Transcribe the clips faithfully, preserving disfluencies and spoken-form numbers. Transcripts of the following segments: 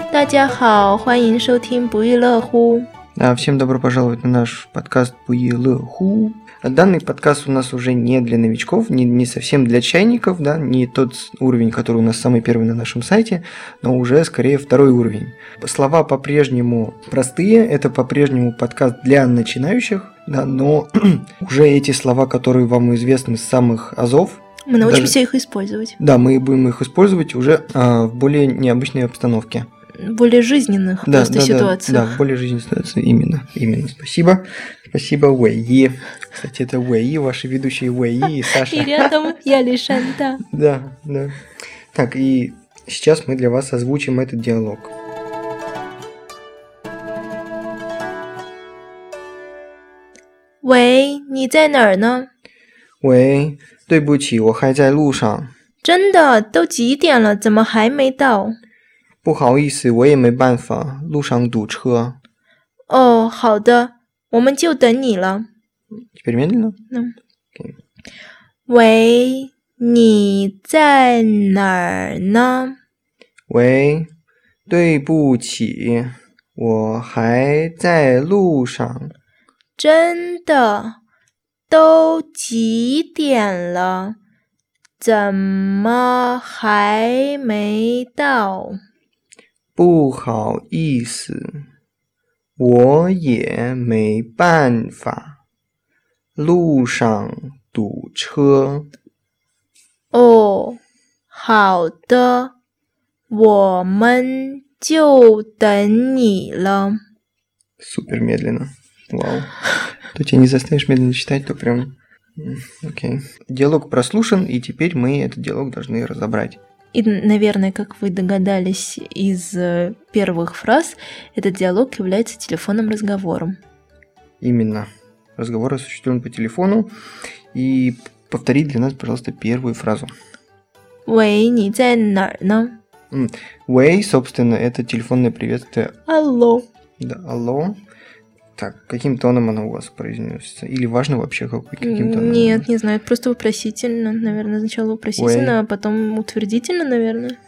大家好，欢迎收听不亦乐乎。 Да, всем добро пожаловать на наш подкаст «Буи Лэ Ху». Данный подкаст у нас уже не для новичков, не, не совсем для чайников, да, не тот уровень, который у нас самый первый на нашем сайте, но уже скорее второй уровень. Слова по-прежнему простые, это по-прежнему подкаст для начинающих, да, но уже эти слова, которые вам известны с самых азов, мы научимся даже, их использовать. Да, мы будем их использовать уже а, в более необычной обстановке. Более жизненных да, просто да, ситуациях. Да, да, в более жизненных ситуациях, именно, именно. Спасибо. Спасибо, Уэйи. Кстати, это Уэйи, ваши ведущие Уэйи и Саша. И рядом я Лишанта. Да, да. Так, и сейчас мы для вас озвучим этот диалог. Вэй, 你在哪儿呢？ 喂，对不起，我还在路上。 真的，都几点了，怎么还没到？ 不好意思，我也没办法，路上堵车。 哦，好的，我们就等你了。 Теперь медленно? Mm. Okay. 喂，你在哪儿呢？ 喂，对不起，我还在路上。 真的，都几点了，怎么还没到？ 不好意思，我也没办法，路上堵车。 哦，好的，我们就等你了。 Супер медленно. Вау. То тебя не заставишь медленно читать, то прям... Окей. Диалог прослушан, и теперь мы этот диалог должны разобрать. И, наверное, как вы догадались из первых фраз, этот диалог является телефонным разговором. Именно. Разговор осуществлен по телефону. И повтори для нас, пожалуйста, первую фразу. 喂，你在哪儿呢？ 喂, собственно, это телефонное приветствие. Алло. Да, алло. Так, каким тоном оно у вас произносится? Или важно вообще, какой, каким тоном? Нет, не знаю, просто вопросительно, наверное. Сначала вопросительно, Way. а потом утвердительно, наверное.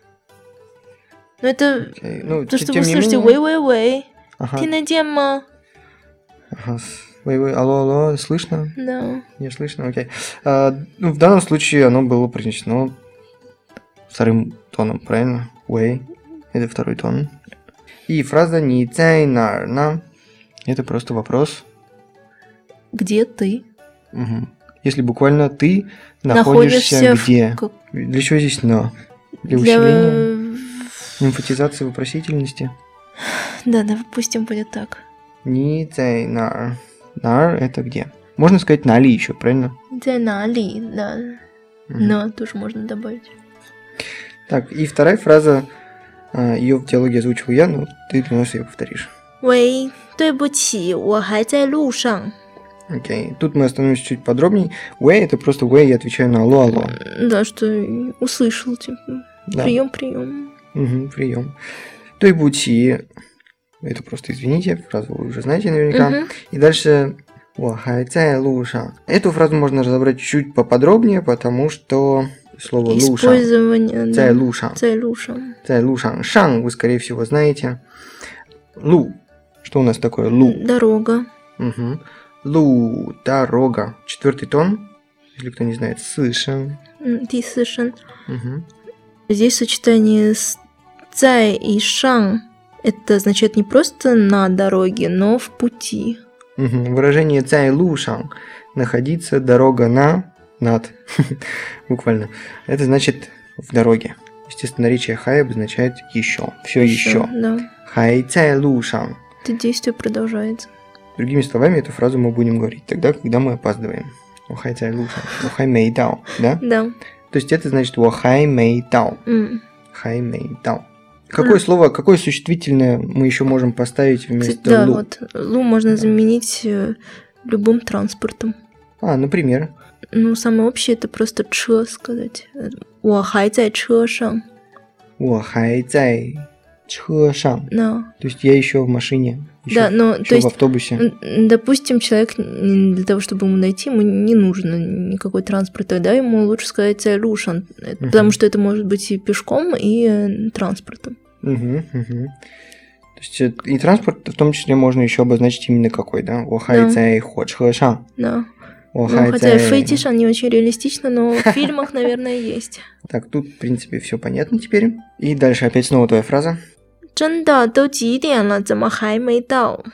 Но это okay. ну, то, что вы слышите «вэй-вэй-вэй». Ага. 听得见吗? Ага. Вэй-вэй, алло, алло, слышно? Да. Не слышно, окей. А, ну, в данном случае оно было произнесено вторым тоном, правильно? Way. Это второй тон. И фраза «你在哪儿呢?» Это просто вопрос. Где ты? Угу. Если буквально ты находишься, находишься где? В... Для чего здесь «но»? Для, Для усиления? Эмфатизации вопросительности? Да, да, пусть будет так. 你在哪儿? 哪儿это где? Можно сказать «нали» еще, правильно? 在哪里, да. «Но» тоже можно добавить. Так, и вторая фраза, ее в диалоге озвучил я, но ты для нас ее повторишь. 喂，对不起，我还在路上。 Окей, okay. Тут мы остановимся чуть подробнее. Way это просто way, я отвечаю на алло, алло. Да, что услышал, типа. Да. Прием, прием. Угу, прием. 对不起, это просто извините, фразу вы уже знаете наверняка. Угу. И дальше 我还在路上. Эту фразу можно разобрать чуть поподробнее, потому что слово 路上. Использование. 在路上. 在路上. 在路上. 上 вы, скорее всего, знаете. 路. Что у нас такое? Лу. Дорога. Угу. Лу, дорога. Четвертый тон, если кто не знает, сы шен. Ди сы шен. Угу. Здесь сочетание с цай и шан. Это означает не просто на дороге, но в пути. Угу. Выражение цай лу шан. Находиться, дорога на, над. Буквально. Это значит в дороге. Естественно, наречие хай обозначает еще. Все еще. еще. Да. Хай цай лу шан. Это действие продолжается. Другими словами, эту фразу мы будем говорить тогда, когда мы опаздываем. 我还在路上，我还没到, да? Да. То есть это значит 我还没到. Mm. 还没到. Какое mm. слово, какое существительное мы еще можем поставить вместо да, лу? Вот, лу можно да. заменить любым транспортом. А, например? Ну, самое общее это просто чё сказать. 我还在车上. 我还在车上. No. То есть я еще в машине. Еще, да, но еще то есть, в автобусе. Допустим, человек для того, чтобы ему найти, ему не нужно никакой транспорт, тогда ему лучше сказать лушан, uh-huh. потому что это может быть и пешком, и транспортом. Угу, угу. То есть и транспорт в том числе можно еще обозначить именно какой, да? 我还在火车上. Да. Ну, хотя в Фэйтишан не очень реалистично, но в фильмах, наверное, есть. Так, тут, в принципе, все понятно теперь. И дальше опять снова твоя фраза. 真的都几点了，怎么还没到？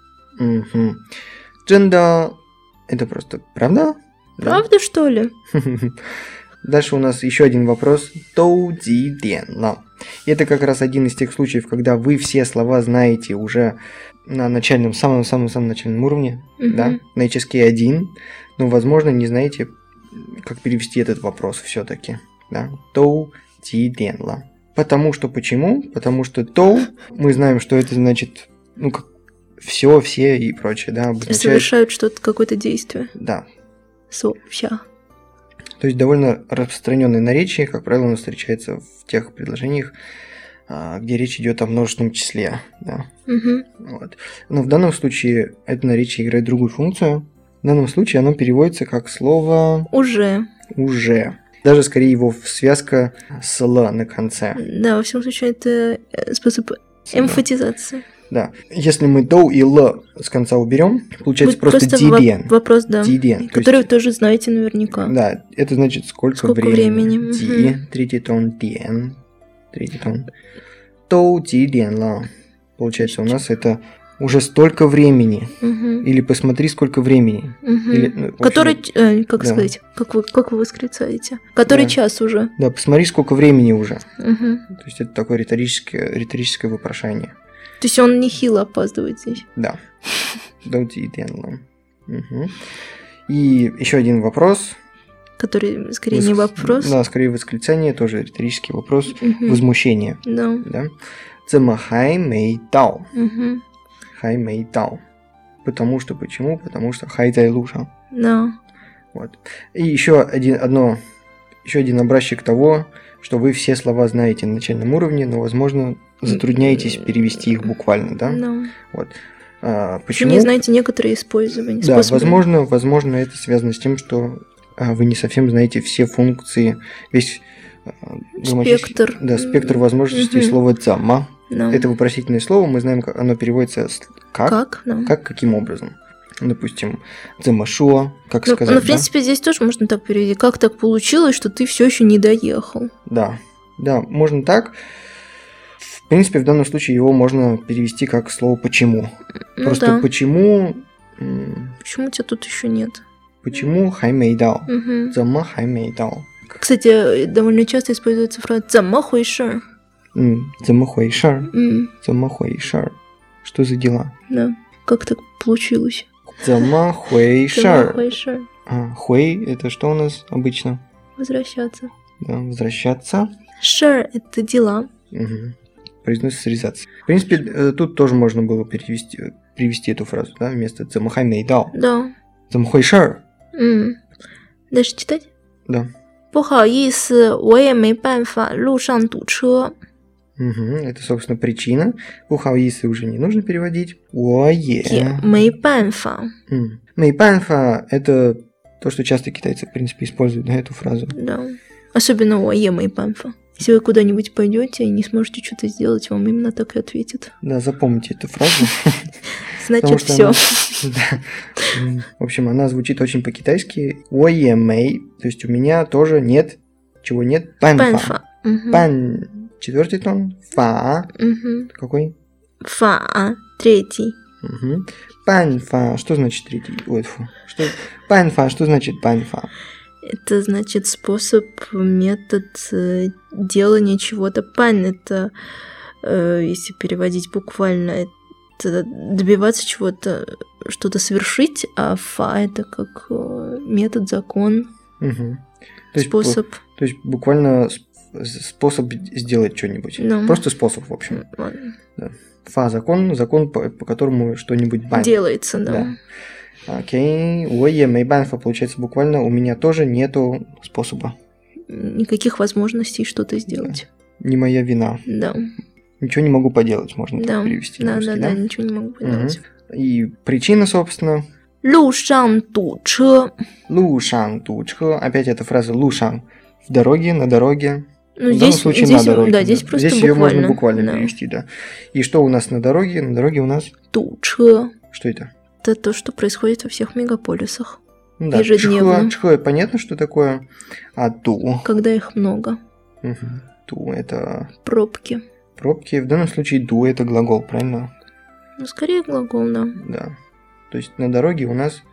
Угу. 真的 это просто правда? Правда, да? Что ли? Дальше у нас еще один вопрос. 都几点了? Это как раз один из тех случаев, когда вы все слова знаете уже на начальном, самом-самом-самом начальном уровне, uh-huh. да, на эйч эс кей один, но, возможно, не знаете, как перевести этот вопрос все-таки, да. 都几点了? Потому что почему? Потому что 都 мы знаем, что это значит, ну, как все, все и прочее, да, обозначает... Совершают что-то, какое-то действие. Да. Сообща. То есть довольно распространенное наречие, как правило, оно встречается в тех предложениях, где речь идет о множественном числе. Да? Угу. Вот. Но в данном случае это наречие играет другую функцию. В данном случае оно переводится как слово «уже». «Уже». Даже скорее его связка с «л» на конце. Да, во всяком случае, это способ эмфатизации. Да. Если мы «доу» и «л» с конца уберем, получается просто, просто «диден». Вопрос, да. «Диден». Который есть, вы тоже знаете наверняка. Да, это значит сколько, сколько времени. времени. «Ди», угу. третий тон, «диен», третий тон. «Доу диден ла». Получается, у нас это уже столько времени. Угу. Или посмотри, сколько времени. Угу. Или, ну, общем, который, э, как да. сказать, как вы, как вы восклицаете? Который да. час уже. Да, посмотри, сколько времени уже. Угу. То есть это такое риторическое, риторическое вопрошание. То есть он нехило опаздывает здесь. Да. «Доу диден ла». Угу. И еще один вопрос. Который скорее Воск... не вопрос. Да, скорее восклицание, тоже риторический вопрос. Угу. Возмущение. Да. Да. 怎么还没到? Угу. 还没到. Потому что, почему? Потому что 还在路上. Да. Вот. И еще один, одно, еще один образчик того, что вы все слова знаете на начальном уровне, но, возможно, затрудняетесь перевести их буквально, да? Да. Вот. А, почему? Вы не знаете некоторые использования. Да, возможно, возможно, это связано с тем, что а, вы не совсем знаете все функции, весь спектр. Да, спектр возможностей угу. слова «цама». No. Это вопросительное слово, мы знаем, как оно переводится как, как, no. как каким образом. Допустим, «цамашуо», как ну, сказать, Ну, в принципе, да? Здесь тоже можно так перевести. Как так получилось, что ты все еще не доехал? Да, да, можно так. В принципе, в данном случае его можно перевести как слово «почему». Ну, Просто да. «почему»... Почему тебя тут еще нет? «Почему 还没到? Угу. 怎么还没到? Кстати, довольно часто используется фраза 怎么回事? 嗯，怎么回事儿? 嗯， 怎么回事儿? Что за дела? Да, как так получилось? 怎么回事儿? 怎么回事? А, 回 это что у нас обычно? Возвращаться. Да, возвращаться. 事儿 это дела. Угу. Произносится резаться. В принципе, тут тоже можно было перевести, привести эту фразу, да, вместо 怎么还没到? Да. 怎么回事儿? М. Дальше читать? Да. 不好意思，我也没办法，路上堵车。 Угу, это, собственно, причина. 不好意思уже не нужно переводить. 我也没办法. М. 没办法 это то, что часто китайцы, в принципе, используют, да, эту фразу. Да. Особенно 我也没办法. Если вы куда-нибудь пойдете и не сможете что-то сделать, вам именно так и ответят. Да, запомните эту фразу. Значит, все. В общем, она звучит очень по-китайски. 我也没, то есть у меня тоже нет, чего нет? 办法. 办, четвертый тон. 法. Какой? 法, третий. 办法, что значит третий? Ой, фу. Что? 办法, что значит 办法? Это значит способ, метод делания чего-то. Пан – это, э, если переводить буквально, это добиваться чего-то, что-то совершить, а фа – это как метод, закон, угу. То способ. Есть, то есть буквально способ сделать что-нибудь. No. Просто способ, в общем. Да. Фа – закон, закон, по, по которому что-нибудь бан. делается, да. да. Окей, 我也没办法, получается буквально у меня тоже нету способа. Никаких возможностей что-то сделать. Да. Не моя вина. Да. Ничего не могу поделать, можно да. так перевести. Да, русский, да, да, да, ничего не могу поделать. Угу. И причина, собственно. 路上堵车. 路上堵车. Опять эта фраза 路上. В дороге, на дороге. Ну, в здесь, данном случае здесь, на дороге. да, здесь просто здесь ее буквально. можно буквально да. перевести, да. И что у нас на дороге? На дороге у нас... Туча. Что это? Это то, что происходит во всех мегаполисах. Ну, да, Ежедневно. чхэ, чхэ, понятно, что такое. А ту? Когда их много. Угу. Ту – это Пробки. пробки. В данном случае ду – это глагол, правильно? Ну, скорее глагол, да. Да. То есть на дороге у нас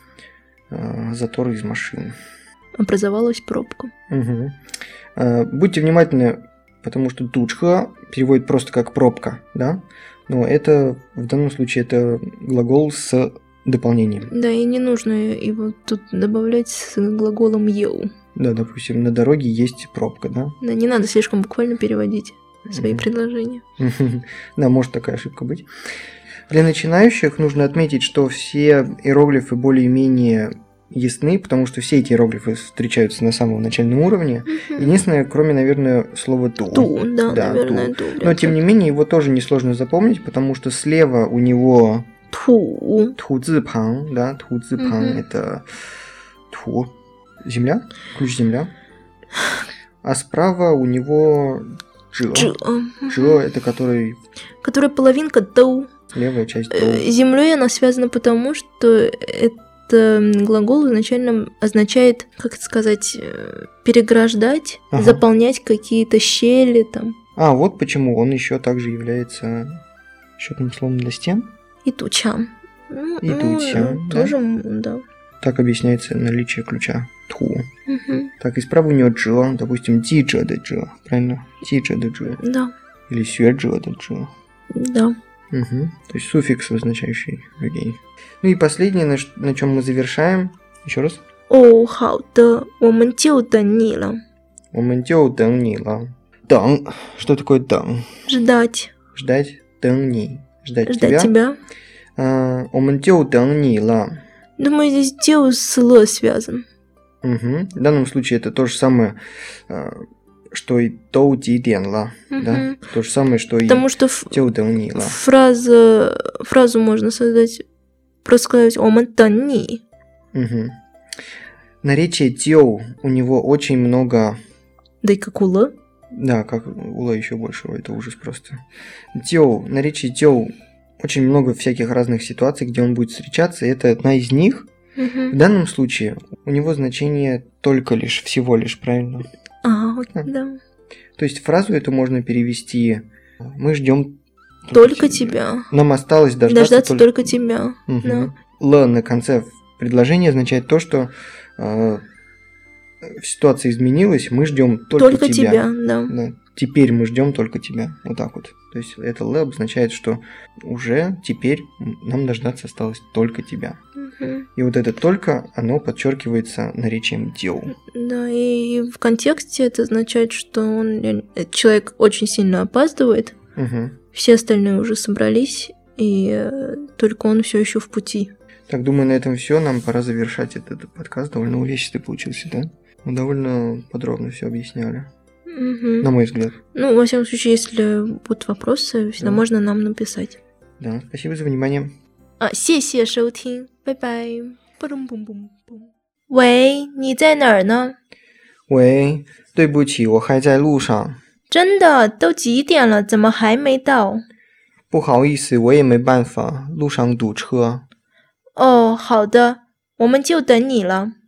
э, затор из машин. Образовалась пробка. Угу. Э, будьте внимательны, потому что тучха переводит просто как пробка, да? Но это в данном случае это глагол с дополнением. Да, и не нужно его тут добавлять с глаголом «ел». Да, допустим, на дороге есть пробка, да? Да, не надо слишком буквально переводить свои Мгм. предложения. Да, может такая ошибка быть. Для начинающих нужно отметить, что все иероглифы более-менее ясны, потому что все эти иероглифы встречаются на самом начальном уровне. Единственное, кроме, наверное, слова «ту». Ту, да, Да, наверное, ту. Но, тем не менее, его тоже несложно запомнить, потому что слева у него Ту. ту-цзы-пан, да, ту-цзы-пан Мгм. это ту, земля, ключ земля. А справа у него джо. Джо. Джо это который Которая половинка «доу». левая часть Э, доу. Землей она связана потому, что это глагол изначально означает, как это сказать, э, переграждать, Ага. заполнять какие-то щели там. А, вот почему он еще также является счетным словом для стен. И туча. Ну, И ну, туча, да. Тоже, м, да. Так объясняется наличие ключа ту. Мгм. Так, и справа у него джо, допустим, ди джо де джо, правильно? Ди джо де джо. Да, Или сюэ джо де джо. да. Угу. То есть суффикс, обозначающий людей. Ну и последнее, на, ш- на чем мы завершаем. Еще раз. О, 好的，我们就等你了。 我们就等你了. Дэн. Что такое дэн? Ждать. Ждать. Дэн ни. Ждать, Ждать тебя. тебя. А, 我们就等你了. Думаю, здесь «дел» с «л» связан. Угу. В данном случае это то же самое, а, что и «доу ди дян ла». Да? Мгм. То же самое, что и Потому что ф- 就等你了. фраза, фразу можно создать, просто сказать «我们等你». Угу. Наречие «дяу» у него очень много... Да и как у «л». Да, как у Ла еще больше, это ужас просто. Дяу, наречие «дяу» очень много всяких разных ситуаций, где он будет встречаться, и это одна из них. В Мгм. данном случае у него значение только лишь, всего лишь, правильно? А, окей, А. да. То есть фразу эту можно перевести «мы ждем Только тебя. Нам осталось дождаться, Дождаться только тебя. Мгм. Да. Л на конце предложения означает то, что э, ситуация изменилась, мы ждем только, Только тебя, да. Да. Теперь мы ждем только тебя. Вот так вот. То есть это Л обозначает, что уже теперь нам дождаться осталось только тебя. Мгм. И вот это только, оно подчеркивается наречием дяу. Да, и в контексте это означает, что он, реаль- э, человек очень сильно опаздывает, Угу. все остальные уже собрались, и э, только он все еще в пути. Так, думаю, на этом все. Нам пора завершать этот подкаст. Довольно увесистый получился, да? Мы довольно подробно все объясняли. Мгм. На мой взгляд. Ну, во всяком случае, если будут вопросы, всегда Да. можно нам написать. Да, спасибо за внимание. 啊，谢谢收听，拜拜。嘣嘣嘣嘣嘣。喂，你在哪儿呢？ 喂，对不起，我还在路上。 真的，都几点了，怎么还没到？ 不好意思，我也没办法，路上堵车。 哦，好的，我们就等你了。